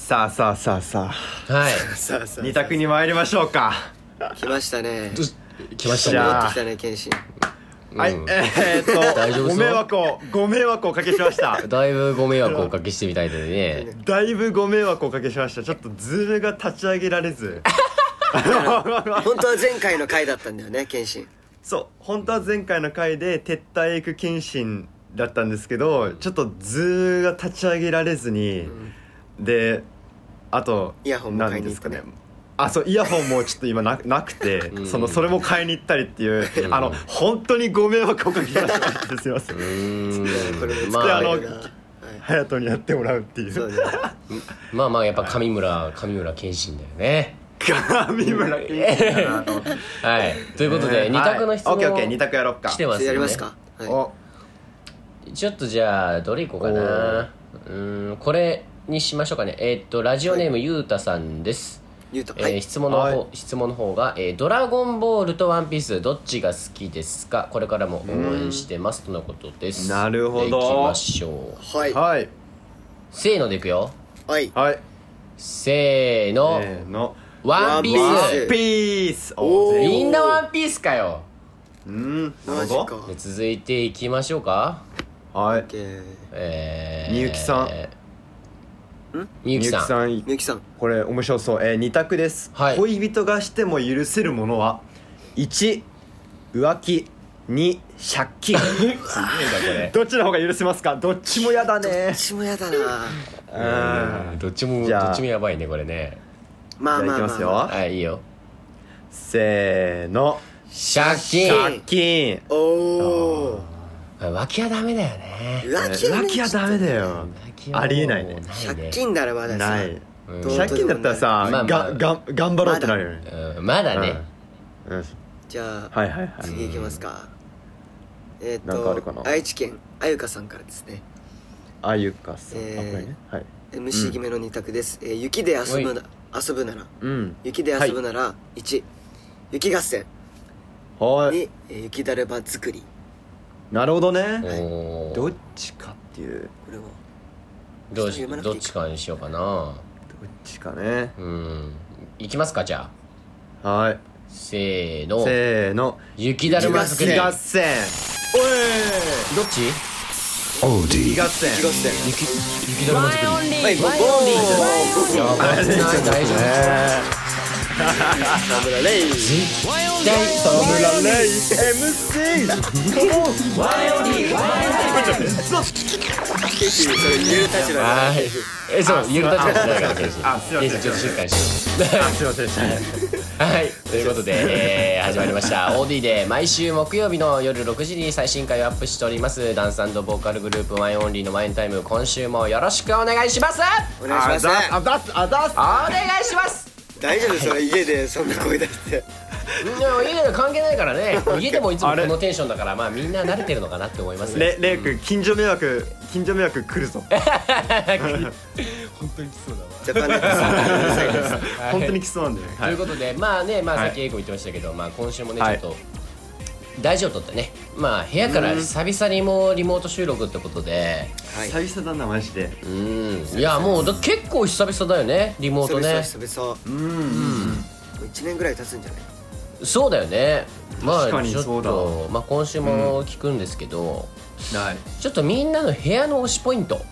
さあさあさあさあ、 はいさあさあ二択に参りましょうか。 来ましたね。 来ましたね。 じゃあ戻ってきたね、謙信。 はい、 大丈夫そうご迷惑をおかけしましただいぶご迷惑をおかけしてみたいでね。 だいぶご迷惑をおかけしました。ちょっとズームが立ち上げられず本当は前回の回だったんだよね、謙信。 そう本当は前回の回で撤退行く謙信だったんですけど、ちょっとズームが立ち上げられずに、であとイヤホンも買いに行ったね。 あ、そうイヤホンもちょっと今なくて、それも買いに行ったりっていう、本当にご迷惑をおかけしましたすいません。 これまあ隼人にやってもらうっていう。 そうね。 まあやっぱ上村謙信だよね。 上村健信だなと思って。 はい。ということで二択の質問オッケーオッケー、二択やろっか。 来てますよね。 やりますか。はい。 おちょっとじゃあどれいこうかな。これにしましょうかね。ラジオネームゆうたさんです。 ゆうた。はい。 質問の方が、ドラゴンボールとワンピースどっちが好きですか？これからも応援してますとのことです。 なるほど。 いきましょう。 はい。 はいせーのでいくよ。 はい。 はいせーの。ワンピーワス。 ンピース。 みんなワンピースかよ。 なるマジほど。 か。 で続いていきましょうか。 はい。みゆきさん。 みゆきさん。 みゆきさん。 これ面白そう。二択です、 はい恋人がしても許せるものは1浮気2借金すげえなこれ。 どっちの方が許せますか？どっちもやだね。 私もやだな。 どっちもやばいねこれね。 まあまあまあ。 じゃあいきますよ。 はいいいよ。 せーの。 借金。 借金。 おお。 浮気はダメだよね。 浮気はダメだよ。ありえないね。 借金ならまださ。 ない。 うん借金だったらさ、 まあまあ頑張ろうってなるよね。 まだね。 じゃあはいはいはい。 次いきますか。 なんかあるかな。 愛知県あゆかさんからですね。 あゆかさん。これね。はい。 虫決めの二択です。雪で遊ぶなら。雪で遊ぶなら1雪合戦はい 2雪だるま作り。 なるほどね。どっちかっていう。 これはどっちかにしようかな。 どっちかね。 いきますかじゃあ。 はい。 せーの。雪だるま作り。 雪合戦。おい。 どっち？ 雪合戦。 雪だるま作り。 はいボーやばい大丈夫。 田村レイ絶対田村レイ MC。 ケイシそれ言える立場だ。 はい。そう言える立場じゃないからケイシ。 あ、すいません。 ケイシちょっと静かにしよう。 すいませんでした。 はい、ということで、始まりました OD で毎週木曜日の夜6時に最新回をアップしておりますダンス&ボーカルグループワインオンリーのワインタイム、今週もよろしくお願いします。 お願いします。 お願いします。 大丈夫それ家でそんな声出して。 いや家で関係ないからね。家でもいつもこのテンションだから、まあみんな慣れてるのかなって思いますね。 レイ君、近所迷惑来るぞ。 本当にきそうだわ。 ジャパネットさん本当に来そうなんだよね。 ということで、まあね、さっき英子言ってましたけど、まあ今週もね、ちょっと大事を取ってね、まあ部屋から久々にもうリモート収録ってことで、 久々だなマジで。 いやもう結構久々だよね、リモートね。 久々。1年ぐらい経つんじゃない？ そうだよね。まあ確かにちょっそうだと今週も聞くんですけど、ちょっとみんなの部屋の推しポイント、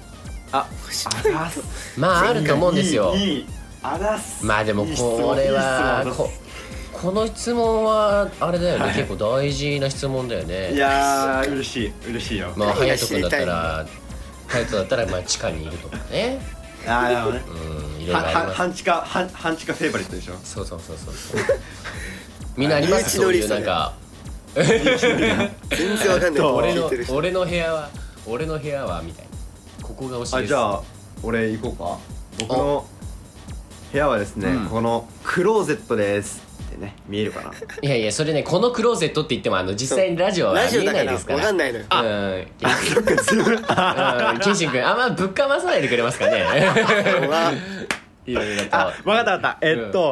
まああると思うんですよ。まあでもこれはこの質問はあれだよね、結構大事な質問だよね。 いやー嬉しいよ。 まあ隼人君だったらまあ地下にいるとかね。 ああなるほどね。 いろいろあります。 半地下フェイバリットでしょ。 そうみんなあります？そういうなんか全然わかんない。 俺の部屋はみたいな、ここが推しです。 じゃあ俺行こうか。僕の部屋はですね、このクローゼットですってね、見えるかな。 いやいや、それね、このクローゼットって言っても実際にラジオは見えないですから。 わかんないのよ。 ケンシン君、あんまぶっかまさないでくれますかね。いろいろと。 わかった。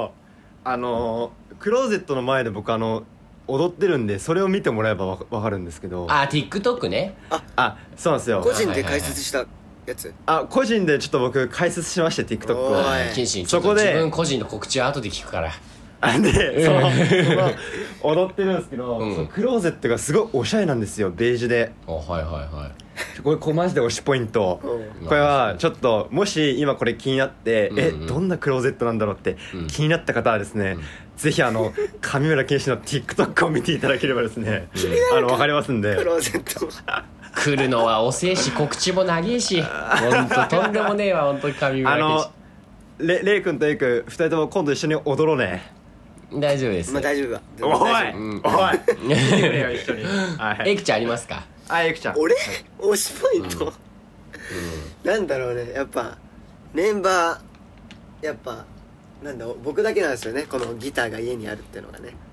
クローゼットの前で僕踊ってるんで、それを見てもらえばわかるんですけど。 TikTok ね。 そうなんですよ。 個人で解説したやつ。 個人でちょっと僕解説しまして TikTok を。 謙信、 そこで自分個人の告知は後で聞くから。 でその踊ってるんですけど、そのクローゼットがすごいおしゃれなんですよ、ベージュで。これマジで推しポイント。これはちょっともし今これ気になってどんなクローゼットなんだろうって気になった方はですね、ぜひ上村健志の TikTok を見ていただければですね、わかりますんで。 クローゼット来るのは遅えし告知も長えし、ほんととんでもねえわ本当に上村健志。 レイ君とエイ君2人とも今度一緒に踊ろうね。 大丈夫です。 まあ大丈夫だ。 おい見てくれよ一緒に。 エイクちゃんありますか？ エイクちゃん。 俺推しポイントなんだろうね。やっぱメンバーやっぱなんだ僕だけなんですよね、このギターが家にあるっていうのがね。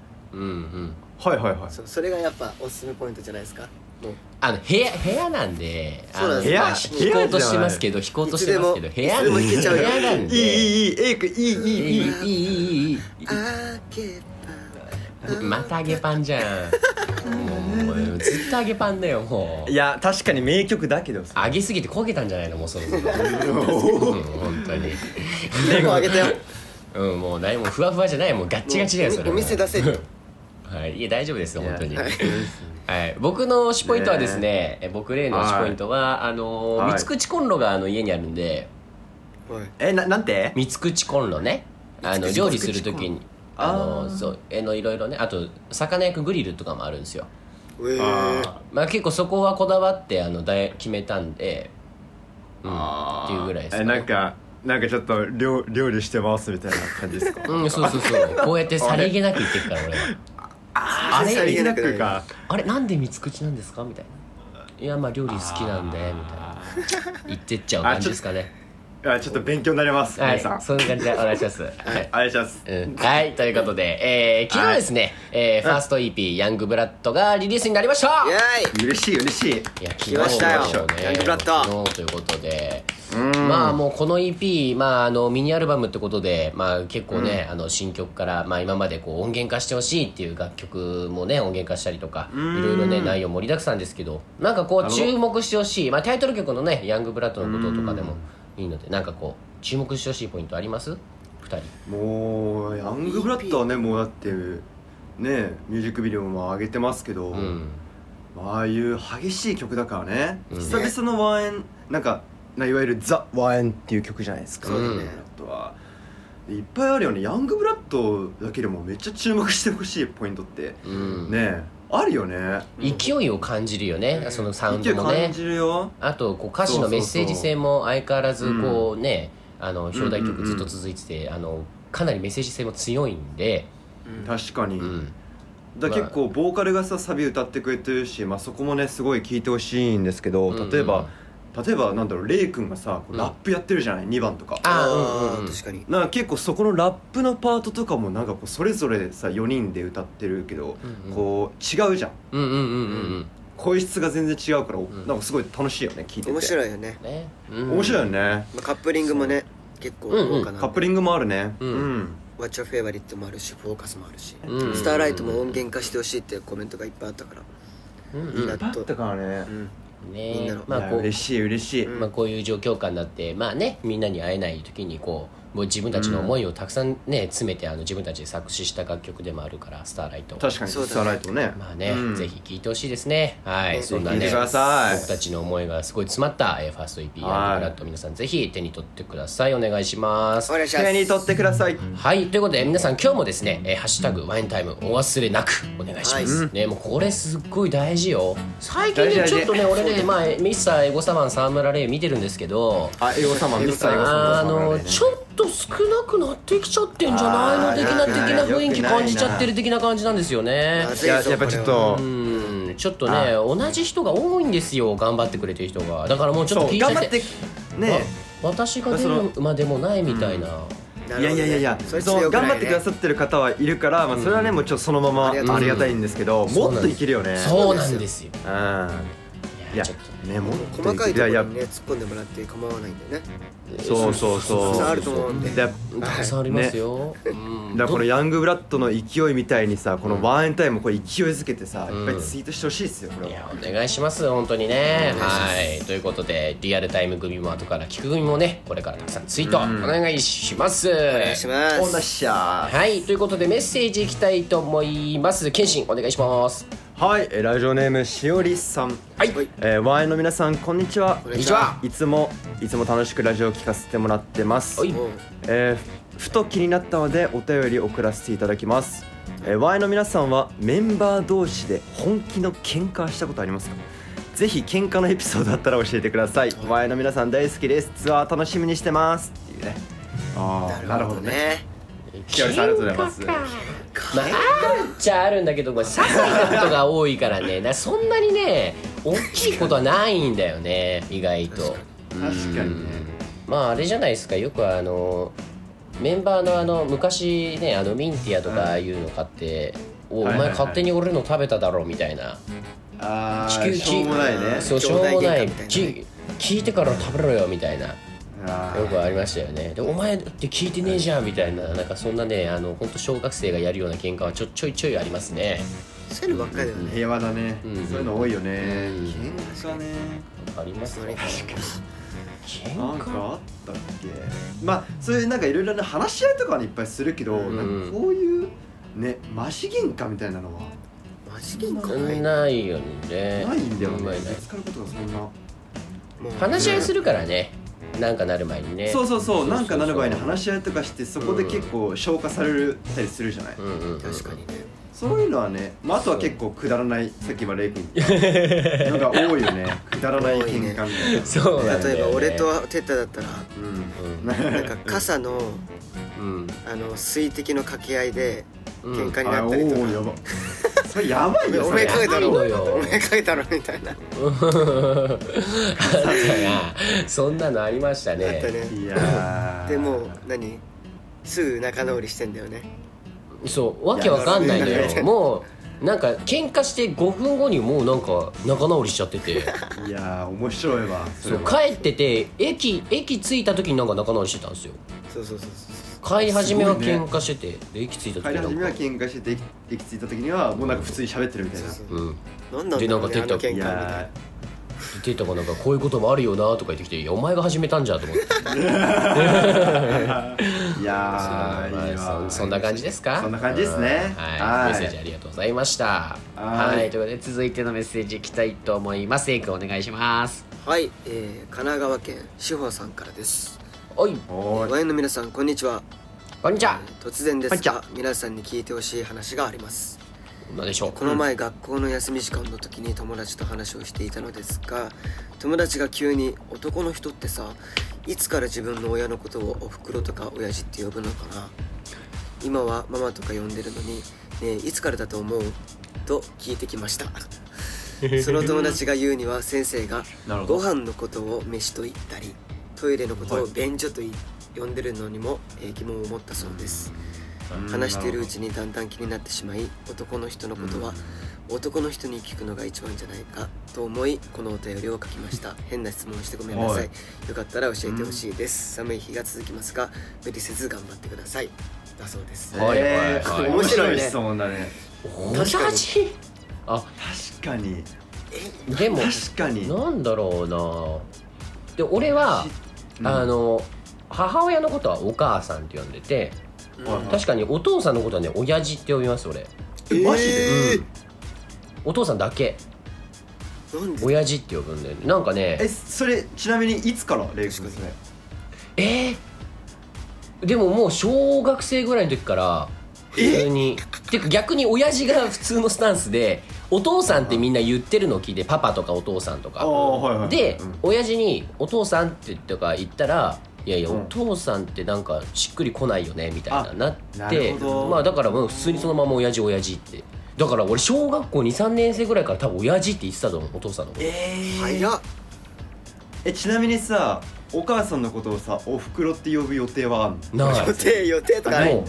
それがやっぱおすすめポイントじゃないですか。 部屋なんで、 弾こうとしてますけど部屋でも弾けちゃうよ。 部屋なんでいいエイクいいまた揚げパンじゃん。もうずっと揚げパンだよもう。 いや確かに名曲だけどさ、 揚げすぎて焦げたんじゃないのもうそろそろ。本当にレゴあげたよ。 もう何もふわふわじゃない、もうガッチガチだよそれ。 お店出せる。 いや大丈夫ですよ本当に。僕の推しポイントはですね、僕例の推しポイントは三口コンロが家にあるんで。 なんて？ 三口コンロね、料理するときにそういろいろね、あと魚焼くグリルとかもあるんですよ。まあ結構そこはこだわって決めたんで、っていうぐらいですね。 なんかちょっと料理してますみたいな感じですか？ そうこうやってさりげなく言ってるから俺は。 あれさりげなくか。 あれなんで三つ口なんですかみたいな。いやまあ料理好きなんでみたいな言ってっちゃう感じですかね。 ちょっと勉強になります。皆さん。 そんな感じでお願いします。 お願いします。 はい、ということで、昨日ですね、ファースト EP ヤングブラッドがリリースになりました。 嬉しい。いや来ましたよ。ヤングブラッド。 昨日ということで、まあもうこの EP ミニアルバムってことで、結構ね新曲から今までこう音源化してほしいっていう楽曲もね音源化したりとかいろいろね内容盛りだくさんですけど、なんかこう注目してほしいタイトル曲のねヤングブラッドのこととかでもいいので、なんかこう注目してほしいポイントあります？2人。 もうヤングブラッドはね、もうだってねミュージックビデオも上げてますけど、ああいう激しい曲だからね、久々のワンエンいわゆるザ・ワンエンっていう曲じゃないですか。そうだね。ブラッドはいっぱいあるよね。ヤングブラッドだけでもめっちゃ注目してほしいポイントってねあるよね。 勢いを感じるよね、そのサウンドもね。 感じるよ。 あとこう歌詞のメッセージ性も相変わらずこうね、表題曲ずっと続いてて、かなりメッセージ性も強いんで。 確かに。だ結構ボーカルがサビ歌ってくれてるし、そこもねすごい聴いてほしいんですけど、例えばなんだろう、レイ君がさラップやってるじゃない、2番とか。 確かに。 結構そこのラップのパートとかもこうそれぞれさ4人で歌ってるけど、こう違うじゃん。声質が全然違うから、すごい楽しいよね、聞いてて。面白いよね。 面白いよね。 カップリングもね結構豪華な。 カップリングもあるね。 What's Your Favorite もあるし、フォーカスもあるし、スターライトも音源化してほしいってコメントがいっぱいあったから、 いいなと。いっぱいあったからね。 みんなの嬉しい。 こういう状況下になってみんなに会えない時にこうもう自分たちの思いをたくさんね詰めて自分たちで作詞した楽曲でもあるからスターライト。 確かにスターライトね。 ぜひ聴いてほしいですね。そんなね僕たちの思いがすごい詰まったファースト EP ヤングブラッド、皆さんぜひ手に取ってください。お願いします。 手に取ってください。 はい、ということで皆さん今日もですねハッシュタグワインタイムお忘れなくお願いしますね。もうこれすっごい大事よ。最近ねちょっとね俺ねミスターエゴサマン沢村レイ見てるんですけど、 エゴサマンミスターエゴサマンちょっと少なくなってきちゃってんじゃないの的な雰囲気感じちゃってる的な感じなんですよね。 やっぱちょっとちょっとね同じ人が多いんですよ、頑張ってくれてる人が。だからもうちょっと聞いちゃってね、私が出るまでもないみたいな。 いやそう頑張ってくださってる方はいるから、それはねもうちょっとそのままありがたいんですけど、もっといけるよね。 そうなんですよ。いいやちょっとねもっと細かいところやにね突っ込んでもらって構わないんでね。 そうそうそうあると思うんで。 でたくさんありますよ、 だからこのヤングブラッドの勢いみたいにさこのワンエンタイムこれ勢いづけてさ、いっぱいツイートしてほしいですよこれは。 いやお願いします本当にね。はいということでリアルタイム組も後から聞く組もねこれからたくさんツイートお願いします。 お願いします。 おなっしゃはいということでメッセージいきたいと思います。謙信お願いします。 はい、ラジオネームしおりさん。 はい、 ワンエンの皆さんこんにちは。 こんにちは。 いつも楽しくラジオを聞かせてもらってます。 はい、 ふと気になったのでお便り送らせていただきます。ワンエンの皆さんはメンバー同士で本気の喧嘩したことありますか？ぜひ喧嘩のエピソードあったら教えてください。ワンエンの皆さん大好きです。ツアー楽しみにしてますっていうね。なるほどね。しおりさんありがとうございます。 まあ、あるっちゃあるんだけど些細なことが多いからねそんなにね大きいことはないんだよね意外と。 確かにね。 まああれじゃないですかよくメンバーの昔ねミンティアとかああいうの買って「お前勝手に俺の食べただろ」みたいな。 しょうもないね。 そうしょうもない兄弟喧嘩みたいなね聞いてから食べろよみたいなよくありましたよね。でお前って聞いてねえじゃんみたいななんかそんなね本当小学生がやるような喧嘩はちょいちょいありますね。 そういうのばっかりだよね。 平和だね。そういうの多いよね。 うん喧嘩ね。 ありますね。喧なんか嘩あったっけ。まあそういうなんかいろいろな話し合いとかはいっぱいするけど、なんかこういうねマジ喧嘩みたいなのはマジ喧嘩ないないよね。 ないんだよね。 ないぶつかることがそんな。 もう話し合いするからねなんかなる前にね。 そうなんかなる場合に話し合いとかしてそこで結構消化されたりするじゃない。 確かにね。 そういうのはね、あとは結構くだらないさっき今レイ君言ったのが多いよね。くだらない喧嘩みたいな。 そうなんだよね。 例えば俺とテッタだったらなんか傘の水滴の掛け合いで喧嘩になったりとか。 やば。それやばいよ。 お前かけたろ。 やばいのよお前かけたろみたいな。 そんなのありましたね。 あったね。 いやでもすぐ仲直りしてんだよね。 そうわけわかんないのいやよ。もうなんか喧嘩して5分後にもうなんか仲直りしちゃってていや面白いわ。 そう帰ってて駅着いた時になんか仲直りしてたんですよ。 そう帰り始めは喧嘩してて、で駅着いた時帰り始めはなんか喧嘩してて駅着いた時にはもうなんか普通に喋ってるみたいな。 なんなんだろうねでなんか喧嘩みたいな。 テータがなんかこういうこともあるよなとか言ってきていやお前が始めたんじゃと思っていやいいわ。 そんな感じですか。 そんな感じですね。 はい、メッセージありがとうございました。はいということで続いてのメッセージいきたいと思います。エイ君お願いします。 はい、神奈川県志保さんからです。 おいワインの皆さんこんにちは。 こんにちは。 突然ですが皆さんに聞いてほしい話があります。 何でしょう。 この前学校の休み時間の時に友達と話をしていたのですが、友達が急に男の人ってさいつから自分の親のことをおふくろとか親父って呼ぶのかな、今はママとか呼んでるのにねえいつからだと思うと聞いてきましたその友達が言うには先生がご飯のことを飯と言ったりトイレのことを便所と呼んでるのにも疑問を持ったそうです。話しているうちにだんだん気になってしまい男の人のことは男の人に聞くのが一番じゃないかと思いこのお便りを書きました。変な質問をしてごめんなさい。よかったら教えてほしいです。寒い日が続きますが無理せず頑張ってくださいだそうです。 面白い質問だね。 確かに確かにでも確かになんだろうな。で俺は母親のことはお母さんって呼んでて確かにお父さんのことはね親父って呼びます俺。 マジで？ お父さんだけなんで親父って呼ぶんだよね。なんかねそれちなみにいつからレイ君ですね。 でももう小学生ぐらいの時から普通にてか逆に親父が普通のスタンスでお父さんってみんな言ってるのを聞いてパパとかお父さんとかで親父にお父さんってとか言ったらいやいやお父さんってなんかしっくりこないよねみたいななってまあだからもう普通にそのまま親父ってだから俺小学校 2,3 年生ぐらいから多分親父って言ってたと思うお父さんのこと。 早っ。 ちなみにさお母さんのことをさおふくろって呼ぶ予定はあんの？ ない予定とかないんだ。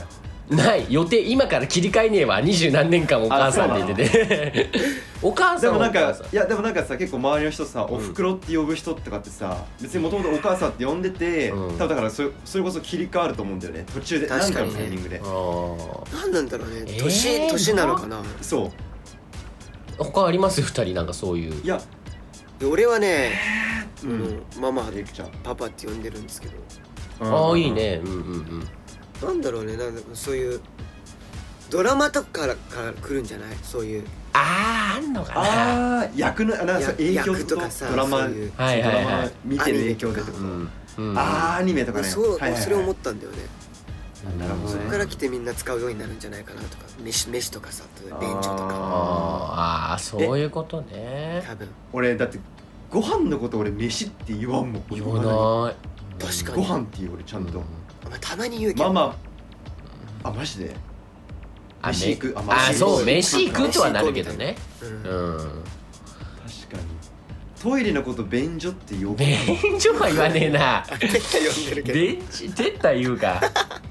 ない予定今から切り替えねえわ20何年間お母さんって言っててお母さんでもなんかお母さんいやでもなんかさ結構周りの人さ、おふくろって呼ぶ人とかってさ別にもともとお母さんって呼んでて、多分だからそれこそ切り替わると思うんだよね途中で何かのタイミングで。 何なんだろうね、年なのかな。 そう他あります2人なんかそういう。 いや俺はね、ママゆきちゃんパパって呼んでるんですけど、 ああいいね。うんうんうんなんだろうね、なんかそういうドラマとかから来るんじゃない、そういうあんのかな。 役のなんか影響役とかさ、 ドラマそういうはいはいはい、 見てる影響でってこと。アニメとかね。 それ思ったんだよね。 なるほどね。 そこから来てみんな使うようになるんじゃないかなとか、飯とかさ、便所とか。 ああそういうことね。 多分俺だってご飯のこと俺飯って言わんもん。 言わない。 確かにご飯っていう俺ちゃんとたまに言うけど、 マママジで飯行く。 そう飯行くとはなるけどね。 うん確かにトイレのこと便所って呼ぶ。 便所は言わねえな。 呼んでるけど、 絶対言うか。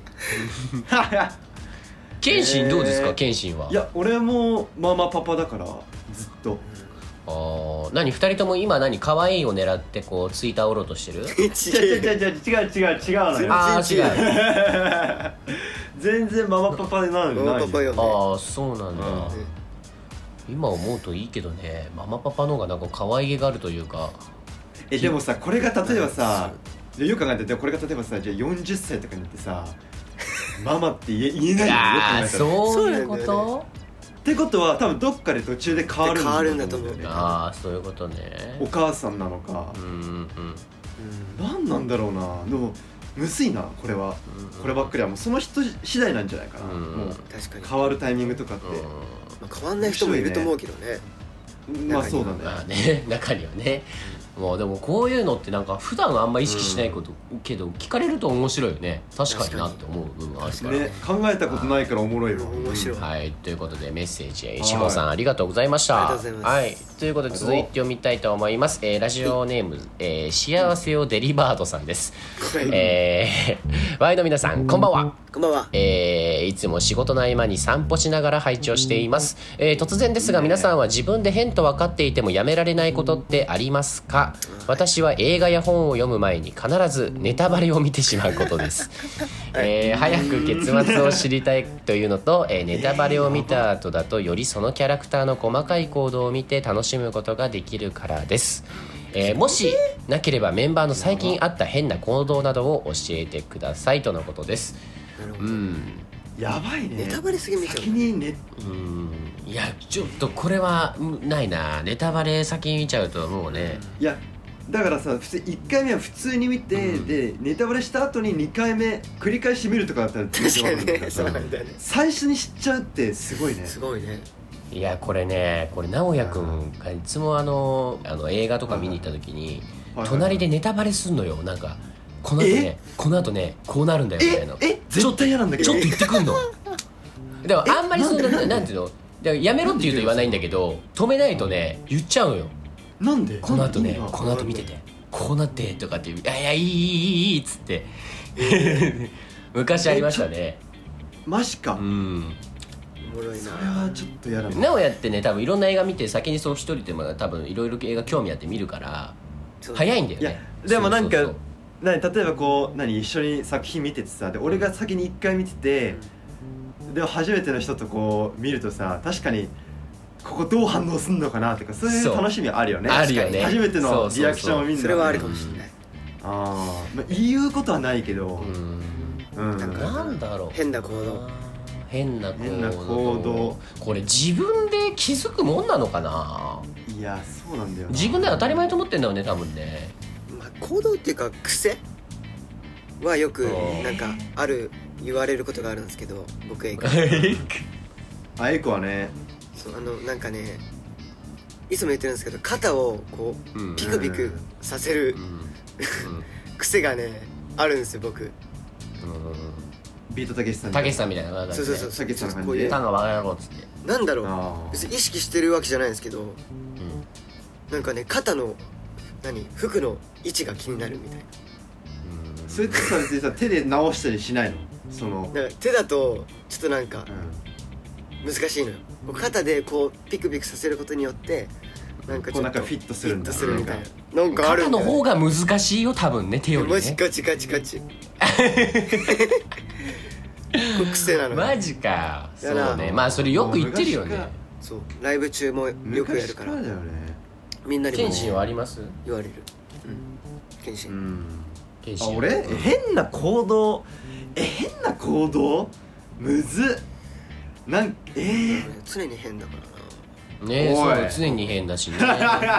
謙信どうですか、謙信は。 いや俺もママパパだからずっと。 何2人とも今可愛いを狙ってこうツイッターおろうとしてる？ 違うのよ。 ああ違う。 全然ママパパでなるのない。 ママパパよね。 ああそうなんだ。今思うといいけどね、ママパパの方がなんか可愛げがあるというか。 でもさこれが例えばさ、よく考えてこれが例えばさじゃあ40歳とかになってさママって言えないのよ。よく考えたらそういうこと？ ってことは多分どっかで途中で変わるんだと思うんだよね。 ああそういうことね。 お母さんなのか何なんだろうな。でもむずいなこれは。こればっかりはもうその人次第なんじゃないかな。もう確かに変わるタイミングとかって変わんない人もいると思うけどね。 まあそうだね。 まあね中にはね。もうでもこういうのってなんか普段あんま意識しないことけど聞かれると面白いよね。確かになって思う部分あるからね。考えたことないからおもろいわ。 面白い。 はいということでメッセージ石穂さんありがとうございました。 ありがとうございます。 はいということで続いて読みたいと思います。ラジオネーム幸せをデリバードさんです。ワイの皆さんこんばんは。 こんばんは。 いつも仕事の合間に散歩しながら拝聴しています。突然ですが皆さんは自分で変と分かっていてもやめられないことってありますか？私は映画や本を読む前に必ずネタバレを見てしまうことです。早く結末を知りたいというのと、ネタバレを見た後だとよりそのキャラクターの細かい行動を見て楽しむことができるからです。もしなければメンバーの最近あった変な行動などを教えてくださいとのことです。 やばいね。 ネタバレすぎ見ちゃう。 先にね。 いやちょっとこれはないな。ネタバレ先に見ちゃうともうね。 いやだからさ普通1回目は普通に見て、でネタバレした後に2回目繰り返し見るとかだったら確かにね、そうなんだよね。 最初に知っちゃうってすごいね。 すごいね。 いやこれ直哉くんがいつも映画とか見に行った時に隣でネタバレすんのよ。なんかこの後ねこうなるんだよみたいな。 絶対嫌なんだけどちょっと言ってくんの。でもあんまりそんななんていうのだからやめろって言うと言わないんだけど止めないとね言っちゃうのよ。 なんでこの後ねこの後見ててこうなってとかっていやいいっつって昔ありましたね。 マジか。 おもろいな。 それはちょっと嫌だな。 直哉ってね多分いろんな映画見て先にそう一人でも多分いろいろ映画興味あって見るから早いんだよね。 いやでもなんかそう例えばこう一緒に作品見ててさで俺が先に1回見ててで初めての人とこう見るとさ確かにここどう反応すんのかなとかそういう楽しみあるよね。 あるよね。 初めてのリアクションを見るの。 それはあるかもしれない。 言うことはないけどなんだろう変な行動これ自分で気づくもんなのかな。 いやそうなんだよな。 自分で当たり前と思ってんだよね多分ね。 行動っていうか癖はよくなんか言われることがあるんですけど、僕エイコエイコはねそうなんかねいつも言ってるんですけど肩をこうピクピクさせる癖がねあるんですよ僕。 ビートたけしさんみたいな感じで。 そうたけしさんの感じでタンがバカ野郎っつって。 なんだろう別に意識してるわけじゃないんですけど、なんかね肩の服の位置が気になるみたいな。 それってさ手で直したりしないの？ そのだから手だとちょっとなんか難しいのよ。こう肩でこうピクピクさせることによってなんかちょっとこうなんかフィットするんだフィットするみたいななんかある肩んだよ。 の方が難しいよ多分ね、手よりね。 マジガチガチガチこれ癖なのよ。 マジか。そやなうね、まあそれよく言ってるよね。 そうライブ中もよくやるから昔だよね。 みんなにも謙信はあります？ 言われる。謙信、 謙信。 俺変な行動むずっ。なん俺常に変だからな。 ね、 おいそう常に変だしね。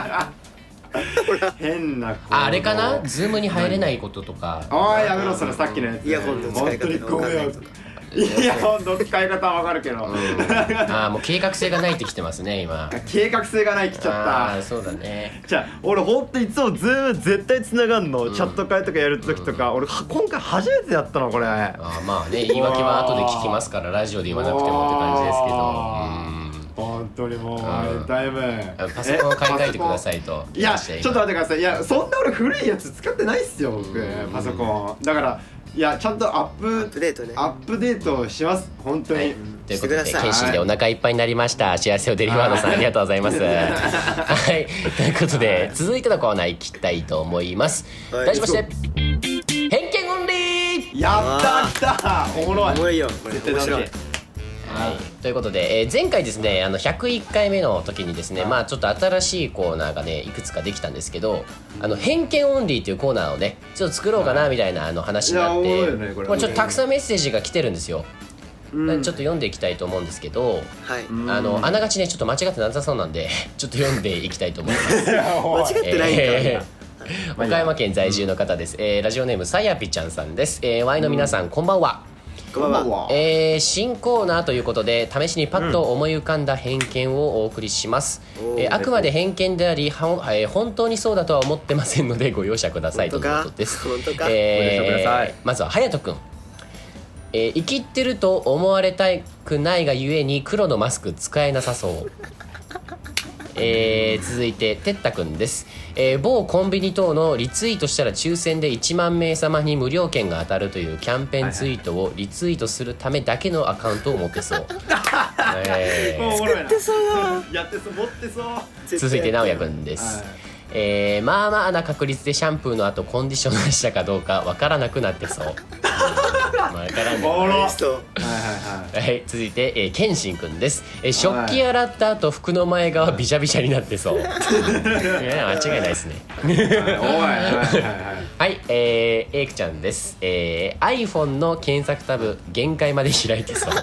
変な行動。 あれかな、ズームに入れないこととか。 おいやめろそれさっきのやつ。 イヤホンの使い方が分かんないとか。 イヤホンの使い方はわかるけど、 ああもう計画性がないってきてますね今。 計画性がない来ちゃっあそうだね。 た。じゃあ俺ほんといつもズーム絶対繋がんの、チャット会とかやる時とか、俺今回初めてやったのこれ。 あまあね、言い訳は後で聞きますからラジオで言わなくてもって感じですけど。 本当にもうだいぶパソコンを買い替えてくださいと。 いやちょっと待ってください。いやそんな俺古いやつ使ってないっすよ僕パソコンだから。いやちゃんとアップデートね。アップデートします本当に、はい、 ということで謙信でお腹いっぱいになりました。幸せをデリワードさんありがとうございます。はいということで続いてのコーナー行きたいと思います。題しまして偏見オンリー。 やった来た。おもろい。 おもろいよ絶対楽しい。 はい、ということで、前回ですね101回目の時にですね、まあちょっと新しいコーナーがねいくつかできたんですけど、偏見オンリーっていうコーナーをねちょっと作ろうかなみたいな話になって、これちょっとたくさんメッセージが来てるんですよ。ちょっと読んでいきたいと思うんですけど、 はい、 あながちねちょっと間違ってなさそうなんでちょっと読んでいきたいと思います。 間違ってないんか、 岡山県在住の方です。ラジオネームさやぴちゃんさんです。ワイの皆さん、こんばんは。 こんばんは。 新コーナーということで試しにパッと思い浮かんだ偏見をお送りします。あくまで偏見であり本当にそうだとは思ってませんのでご容赦くださいとのことです。 本当か。 まずは隼人くん。生きってると思われたくないがゆえに黒のマスク使えなさそう。続いててったくんです。某コンビニ等のリツイートしたら抽選で1万名様に無料券が当たるというキャンペーンツイートをリツイートするためだけのアカウントを持ってそう。 作ってそうやってそう持ってそう。 続いて直哉くんです。まあまあな確率でシャンプーの後コンディショナーしたかどうかわからなくなってそう。わからんね。はい、続いて、謙信くんです。食器洗った後服の前側ビシャビシャになってそう。いや間違いないですね。はい、エイクちゃんです。iPhone の検索タブ限界まで開いてそう。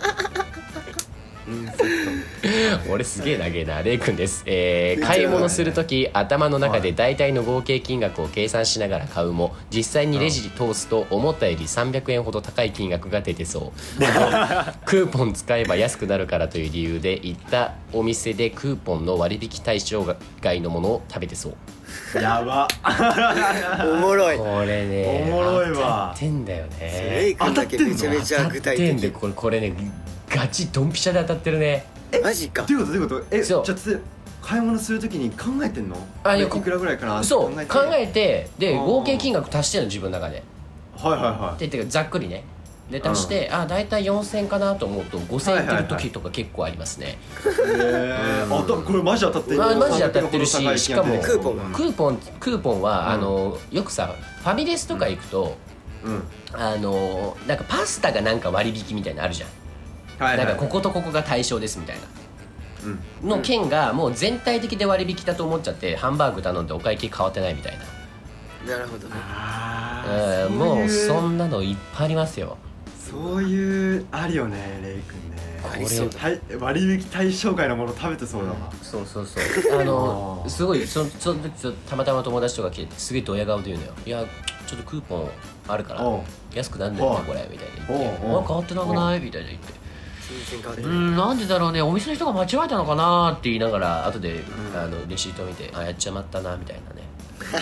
俺すげえ長えな。レイくんです。買い物するとき頭の中で大体の合計金額を計算しながら買うも実際にレジ通すと思ったより300円ほど高い金額が出てそう。クーポン使えば安くなるからという理由で行ったお店でクーポンの割引対象外のものを食べてそう。 やば。 おもろい。 これねおもろいわ。 当たってんだよね。 レイ君だけめちゃめちゃ具体的。 これねガチドンピシャで当たってるね。 マジか。 どういうことじゃあ買い物するときに考えてんの？いくらぐらいかな？ そう考えてで合計金額足してるの自分の中で。でてかざっくりね。で足してだいたい4000かなと思うと5000いってる時とか結構ありますね。 これマジ当たってる。 マジ当たってるし、しかもクーポンはよくさファミレスとか行くとなんかパスタがなんか割引みたいなのあるじゃん。なんかこことここが対象ですみたいなの券がもう全体的で割引だと思っちゃってハンバーグ頼んでお会計変わってないみたいな。なるほどね。 もうそんなのいっぱいありますよ。 そういうあるよねレイ君ね。割引対象外のもの食べてそうだわ。 そうすごいたまたま友達とか来てすげえドヤ顔で言うのよ。いやちょっとクーポンあるから安くなんだよねこれみたいな言って変わってなくないみたいな言って。なんでだろうね、お店の人が間違えたのかなって言いながら後でレシートを見てやっちゃまったなみたいなね。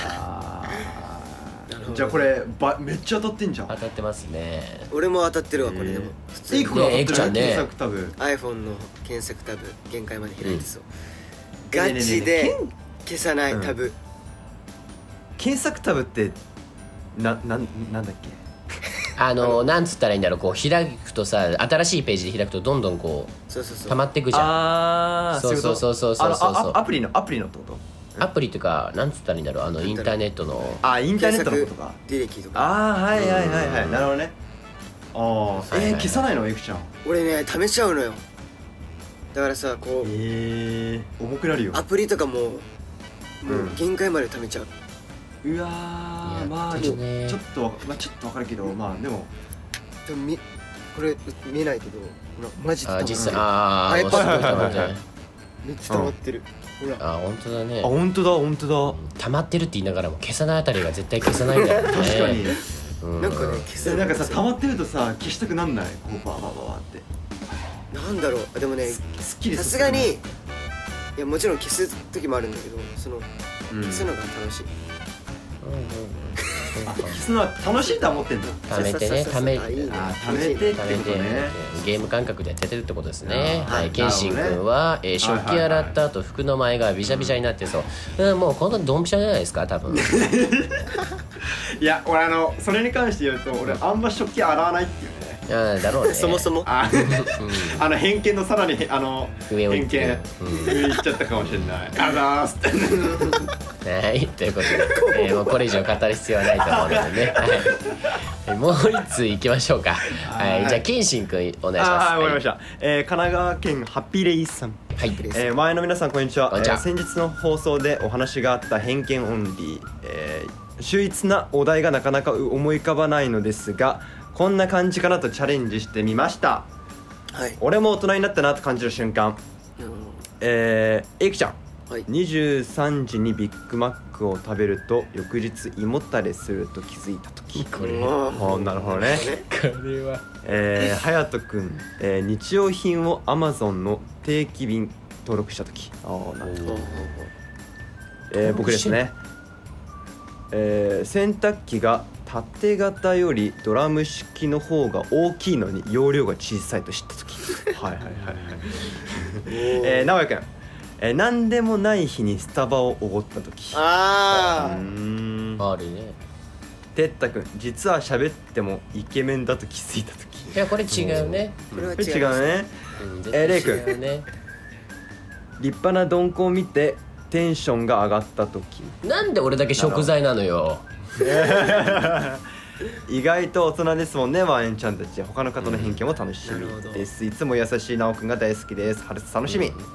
じゃあこれめっちゃ当たってんじゃん。 当たってますね。 俺も当たってるわこれでも。 エイクちゃんね iPhone の検索タブ限界まで開いてそう。ガチで消さないタブ。 検索タブってなんだっけ？ なんつったらいいんだろう、こう開くとさ、新しいページで開くとどんどんこう溜まっていくじゃん。 ああ、 そうそうそうそうそう。 アプリのってこと？ アプリとかなんつったらいいんだろう、インターネットのインターネットのことか。 履歴とか。 はいはいはいはい、なるほどね。消さないの？エクちゃん。 俺ね、試しちゃうのよ。だからさ、こう重くなるよ。 アプリとかもう限界まで貯めちゃう。 うわー、まあちょっとわかるけど、まあでもこれ見えないけど、マジで実際 iPad とめっちゃ溜まってる。ほら。 本当だね。 本当だ。 溜まってるって言いながらも消さないあたりが絶対消さないんだよね。 確かに。 なんかね、消せなんかさ、溜まってるとさ、消したくなんない？こうバーって。 なんだろう、でもね、 すっきりさすがに、いやもちろん消す時もあるんだけど、消すのが楽しい。 消すのは楽しいと思ってんだ。 貯めてね、貯めてってことね。 ゲーム感覚でやってるってことですね。はい、ケンシン君は食器洗った後服の前がビシャビシャになってそう。もうこんなドンピシャじゃないですか、多分。 いや、俺それに関して言うと、俺あんま食器洗わないっていうね。 だろうね。 そもそも偏見のさらに上を行っちゃったかもしれない。あざーす。 はい、ということで、もうこれ以上語る必要はないと思うのでね。はい、もう一ついきましょうか。はい、じゃあケンシン君お願いします。 わかりました。神奈川県ハッピーレイさん。 はい。 前の皆さんこんにちは。先日の放送でお話があった偏見オンリー。秀逸なお題がなかなか思い浮かばないのですが、こんな感じかなとチャレンジしてみました。 はい。 俺も大人になったなと感じる瞬間。エイクちゃん。23時にビッグマックを食べると翌日胃もたれすると気づいた時。 これなるほどね。 これは隼人くん、日用品を Amazon の定期便登録した時。なるほど。僕ですね。洗濯機が縦型よりドラム式の方が大きいのに容量が小さいと知った時。はい直哉くん、何でもない日にスタバをおごった時。 あるね。 てったくん、実は喋ってもイケメンだと気づいた時。 いや、これ違うね。 これは違うね。レイくん、立派な鈍行を見てテンションが上がった時。 なんで俺だけ食材なのよ。 意外と大人ですもんね、ワンエンちゃんたち。他の方の偏見も楽しみです。いつも優しいなおくんが大好きです。春楽しみ、という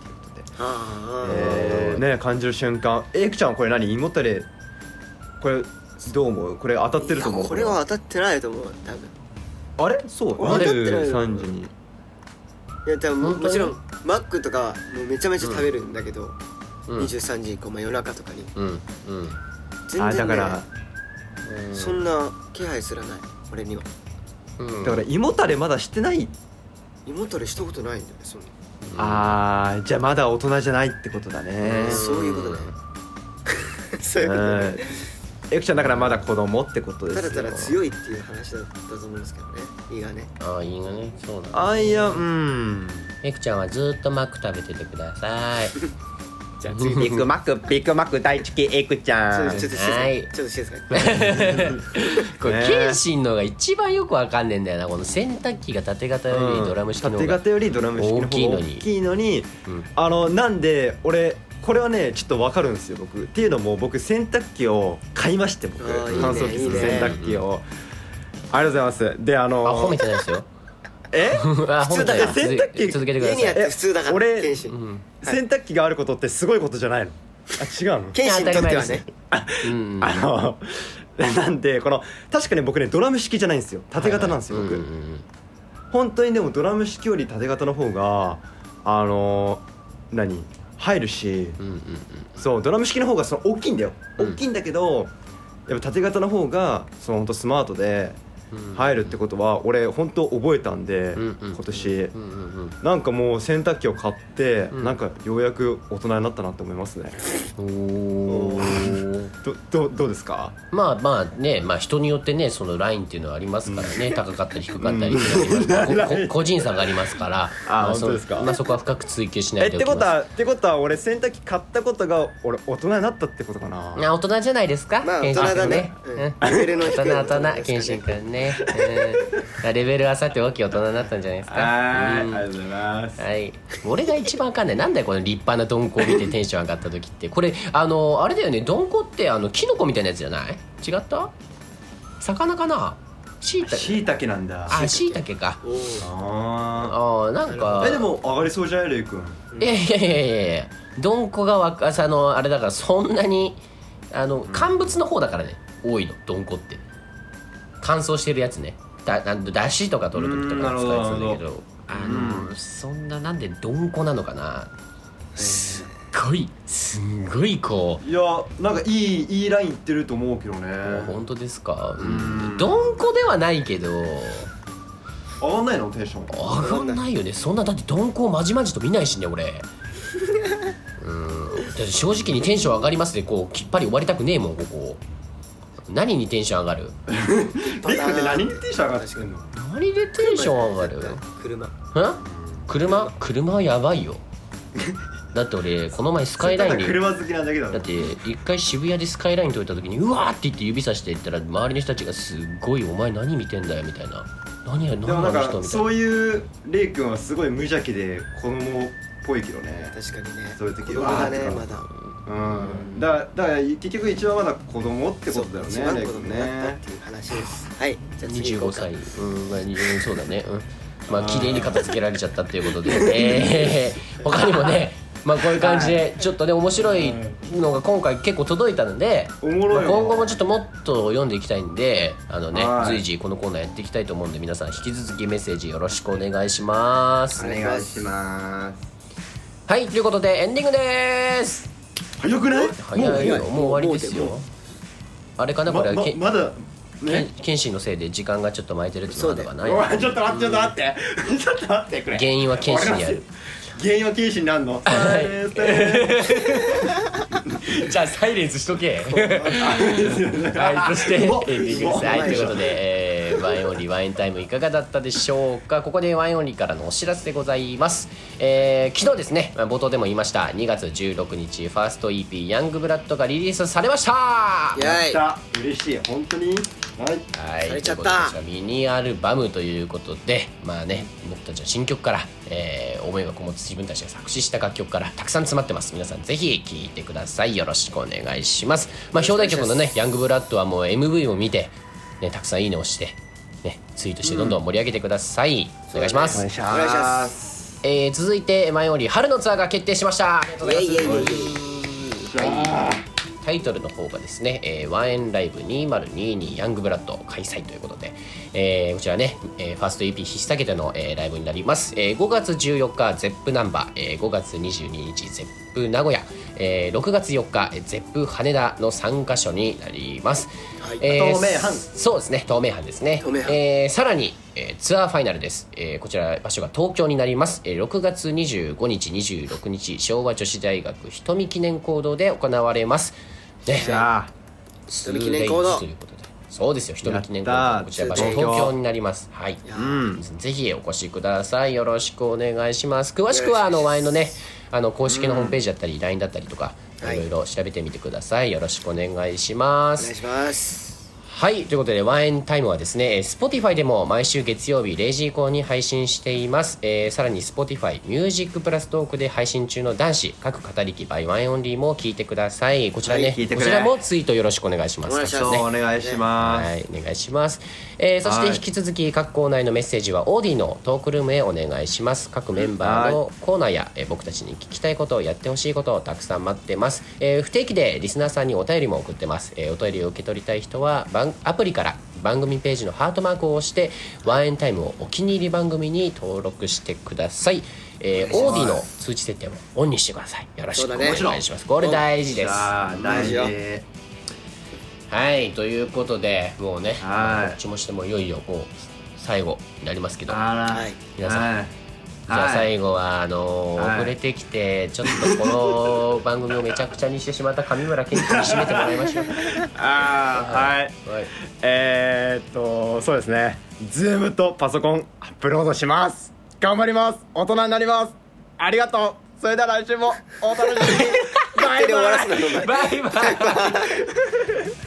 ことで感じる瞬間。エイクちゃんこれ何？胃もたれ、これどう思う？これ当たってると思う？ これは当たってないと思う、多分。 あれ？そう当たってない 23時に。 いや、多分もちろんマックとかもうめちゃめちゃ食べるんだけど、23時以降、夜中とかに全然ね、 だからそんな気配すらない俺には。 だから胃もたれまだしてない。 胃もたれしたことないんだよね、そんな。 じゃあまだ大人じゃないってことだね。 そういうことね。そういうことね。 エクちゃんだからまだ子供ってことですよ。 ただただ強いっていう話だったと思うんですけどね、胃がね。 胃がね、そうなんだ。 いや、 エクちゃんはずっとマック食べててください。 じゃあ次ビッグマック大好きエクちゃん。 ちょっと静かに。 これケンシンのが一番よくわかんねえんだよな。この洗濯機が縦型よりドラム式の方が大きいのに、なんで俺これはねちょっとわかるんですよ僕。っていうのも僕洗濯機を買いまして、僕乾燥機する洗濯機を。ありがとうございます。で褒めてないですよ。 普通だから洗濯機続けてください。 家にあって普通だから。 俺洗濯機があることってすごいことじゃないの？違うの？ ケンシンにとってはね。 なんでこの確かに僕ねドラム式じゃないんですよ、縦型なんですよ僕。本当にでもドラム式より縦型の方が入るし、そうドラム式の方が大きいんだよ、大きいんだけどやっぱ縦型の方が本当スマートで入るってことは俺本当覚えたんで、今年なんかもう洗濯機を買って、なんかようやく大人になったなって思いますね。 どうですか？ まあね、人によってねそのラインっていうのはありますからね、高かったり低かったりっていうのはありますから個人差がありますから、 本当ですか？ そこは深く追求しないといけない。ってことは俺洗濯機買ったことが俺大人になったってことかな。 大人じゃないですか。 大人だね。 レベルの低い大人、健信くんね。レベルはさて大きい大人になったんじゃないですか。 ありがとうございます。 はい。俺が一番わかんない。なんだよこの立派な鈍行を見てテンション上がった時って。これあれだよね。鈍行ってキノコみたいなやつじゃない？違った？魚かな？しいたけなんだ。 しいたけか。なんかでも上がりそうじゃないレイ君。 いや鈍行があれだからそんなに乾物の方だからね多いの鈍行って乾燥してるやつね。だしとか取る時とか使うやつなんだけどそんななんで鈍行なのかな。すんごいこういやなんかいいラインいってると思うけどね。 本当ですか？鈍行ではないけど上がんないの？テンション上がんないよね。そんなだって鈍行まじまじと見ないしね俺。正直にテンション上がりますでこうきっぱり終わりたくねえもん。ここ何にテンション上がる？ レイ君って何にテンション上がってくんの？ 何でテンション上がる？車はやばいよ。だって俺この前スカイラインに車好きなんだけど、 だって一回渋谷でスカイライン通った時にうわーって言って指さして言ったら周りの人たちがすっごいお前何見てんだよみたいな。何やでもなんかそういうレイ君はすごい無邪気で子供っぽいけどね。 確かにね。 そういう時子供だねまだ。 だから結局一番まだ子供ってことだよね。 一番子供だったっていう話です。はい。 じゃあ25歳そうだね。綺麗に片付けられちゃったっていうことで、他にもねこういう感じでちょっとね面白いのが今回結構届いたので、今後もちょっともっと読んでいきたいんで随時このコーナーやっていきたいと思うんで皆さん引き続きメッセージよろしくお願いします。 お願いします。 はい、ということでエンディングです。 早くない？ 早いよ。もう終わりですよ。あれかなこれはまだ謙信のせいで時間がちょっと巻いてるっていうのがない。 ちょっと待ってくれ。 原因は謙信にある。 原因は謙信にあんの？ じゃあサイレンスしとけ。はい、そしてエンディングです。はい、ということで、ワインオンリーワインタイムいかがだったでしょうか。ここでワインオンリーからのお知らせでございます。昨日ですね冒頭でも言いました2月16日ファースト EP ヤングブラッドがリリースされました。 やった嬉しい本当に。 はい、ということでこちらミニアルバムということで僕たちの新曲から、思いがこもって自分たちが作詞した楽曲からたくさん詰まってます。皆さんぜひ聴いてください。よろしくお願いします。表題曲のねヤングブラッドはもう MV を見て、たくさんいいねをして、ツイートしてどんどん盛り上げてください。お願いします。 お願いします。 続いて前より春のツアーが決定しました。ありがとうございます。タイトルの方がですね、ワンエンライブ2022ヤングブラッド開催ということで、こちらね、ファースト EP ひしたけての、ライブになります。5月14日ゼップナンバー、5月22日ゼップ名古屋、6月4日ゼップ羽田の3カ所になります。 東名阪。 そうですね、東名阪ですね。さらに、ツアーファイナルです。こちら場所が東京になります。6月25日26日昭和女子大学瞳記念講堂で行われます。 瞳記念講堂ということで、そうですよ、瞳記念講堂、こちら場所東京になります。はい、ぜひお越しください。よろしくお願いします。詳しくはワインのね公式のホームページだったり LINE だったりとかいろいろ調べてみてください。よろしくお願いします。 お願いします。 はい、ということでワインタイムはですね Spotify でも毎週月曜日0時以降に配信しています。さらに Spotify ミュージックプラストークで配信中の男子各語りき by ワインオンリーも聞いてください。こちらね、こちらもツイートよろしくお願いします。 お願いします。 はい、お願いします。そして引き続き各コーナーへのメッセージはオーディのトークルームへお願いします。各メンバーのコーナーや、僕たちに聞きたいことをやってほしいことをたくさん待ってます。不定期でリスナーさんにお便りも送ってます。お便りを受け取りたい人はアプリから番組ページのハートマークを押してワンエンタイムをお気に入り番組に登録してください。オーディの通知設定もオンにしてください。よろしくお願いします。これ大事です。 大事。 はい、ということでもうねこっちもしてもいよいよもう最後になりますけど、皆さんじゃあ最後は遅れてきてちょっとこの番組をめちゃくちゃにしてしまった上村健人に締めてもらいましょう。 はい、そうですね、Zoom とパソコンアップロードします。頑張ります。大人になります。ありがとう。それでは来週もお楽しみに。バイバイ。 バイバイ。